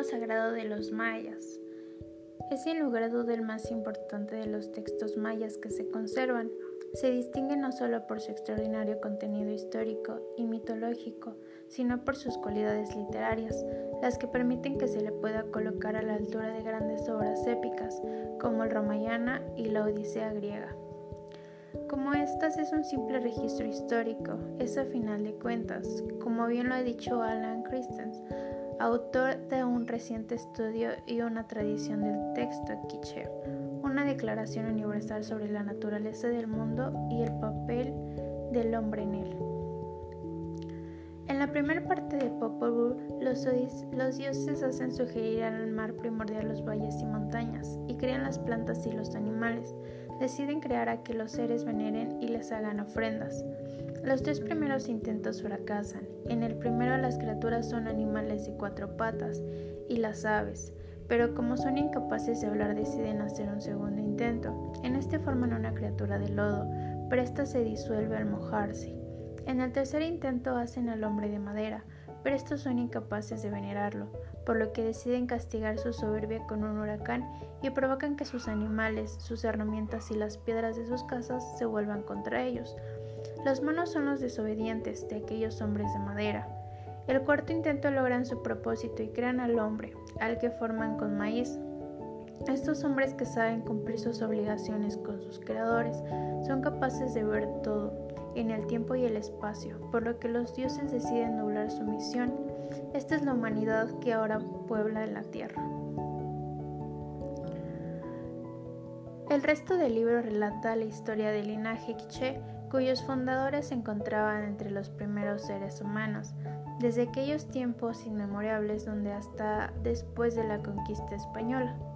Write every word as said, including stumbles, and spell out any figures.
libro sagrado de los mayas. Es sin lugar a duda el más importante de los textos mayas que se conservan. Se distingue no solo por su extraordinario contenido histórico y mitológico, sino por sus cualidades literarias, las que permiten que se le pueda colocar a la altura de grandes obras épicas, como el Ramayana y la Odisea griega. Como estas es un simple registro histórico, es a final de cuentas, como bien lo ha dicho Alan Christensen, autor de un reciente estudio y una tradición del texto quiché, una declaración universal sobre la naturaleza del mundo y el papel del hombre en él. En la primera parte de Popol Vuh, los, los dioses hacen sugerir al mar primordial los valles y montañas, y crean las plantas y los animales. Deciden crear a que los seres veneren y les hagan ofrendas. Los tres primeros intentos fracasan. En el primero las criaturas son animales de cuatro patas y las aves, pero como son incapaces de hablar deciden hacer un segundo intento. En este forman una criatura de lodo, pero esta se disuelve al mojarse. En el tercer intento hacen al hombre de madera, pero estos son incapaces de venerarlo, por lo que deciden castigar su soberbia con un huracán y provocan que sus animales, sus herramientas y las piedras de sus casas se vuelvan contra ellos. Los monos son los desobedientes de aquellos hombres de madera. El cuarto intento logran su propósito y crean al hombre, al que forman con maíz. Estos hombres que saben cumplir sus obligaciones con sus creadores son capaces de ver todo, en el tiempo y el espacio, por lo que los dioses deciden nublar su misión. Esta es la humanidad que ahora puebla la tierra. El resto del libro relata la historia del linaje quiché, cuyos fundadores se encontraban entre los primeros seres humanos, desde aquellos tiempos inmemorables donde hasta después de la conquista española.